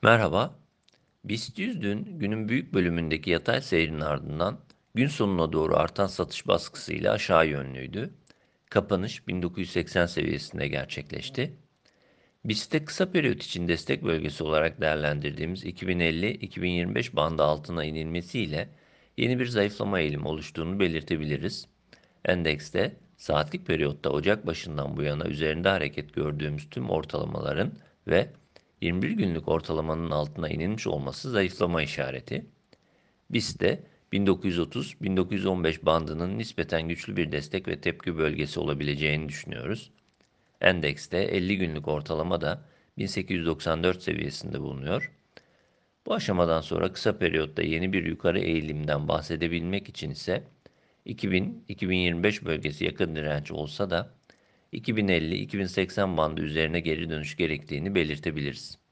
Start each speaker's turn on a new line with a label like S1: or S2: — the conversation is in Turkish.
S1: Merhaba. BIST 100 dün günün büyük bölümündeki yatay seyrin ardından gün sonuna doğru artan satış baskısıyla aşağı yönlüydü. Kapanış 1980 seviyesinde gerçekleşti. BIST'te kısa periyot için destek bölgesi olarak değerlendirdiğimiz 2050-2025 bandı altına inilmesiyle yeni bir zayıflama eğilimi oluştuğunu belirtebiliriz. Endekste saatlik periyotta Ocak başından bu yana üzerinde hareket gördüğümüz tüm ortalamaların ve 21 günlük ortalamanın altına inilmiş olması zayıflama işareti. BIST'te 1930-1915 bandının nispeten güçlü bir destek ve tepki bölgesi olabileceğini düşünüyoruz. Endekste 50 günlük ortalama da 1894 seviyesinde bulunuyor. Bu aşamadan sonra kısa periyotta yeni bir yukarı eğilimden bahsedebilmek için ise 2000-2025 bölgesi yakın direnç olsa da 2050-2080 bandı üzerine geri dönüş gerektiğini belirtebiliriz.